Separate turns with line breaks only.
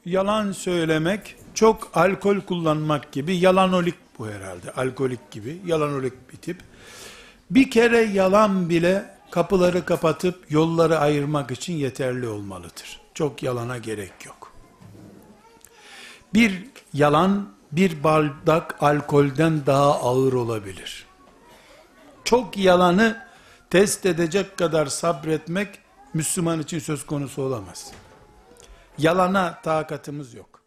Yalan söylemek, çok alkol kullanmak gibi, yalanolik bu herhalde, alkolik gibi, yalanolik bir tip. Bir kere yalan bile kapıları kapatıp yolları ayırmak için yeterli olmalıdır. Çok yalana gerek yok. Bir yalan, bir bardak alkolden daha ağır olabilir. Çok yalanı test edecek kadar sabretmek, Müslüman için söz konusu olamaz. Yalana takatımız yok.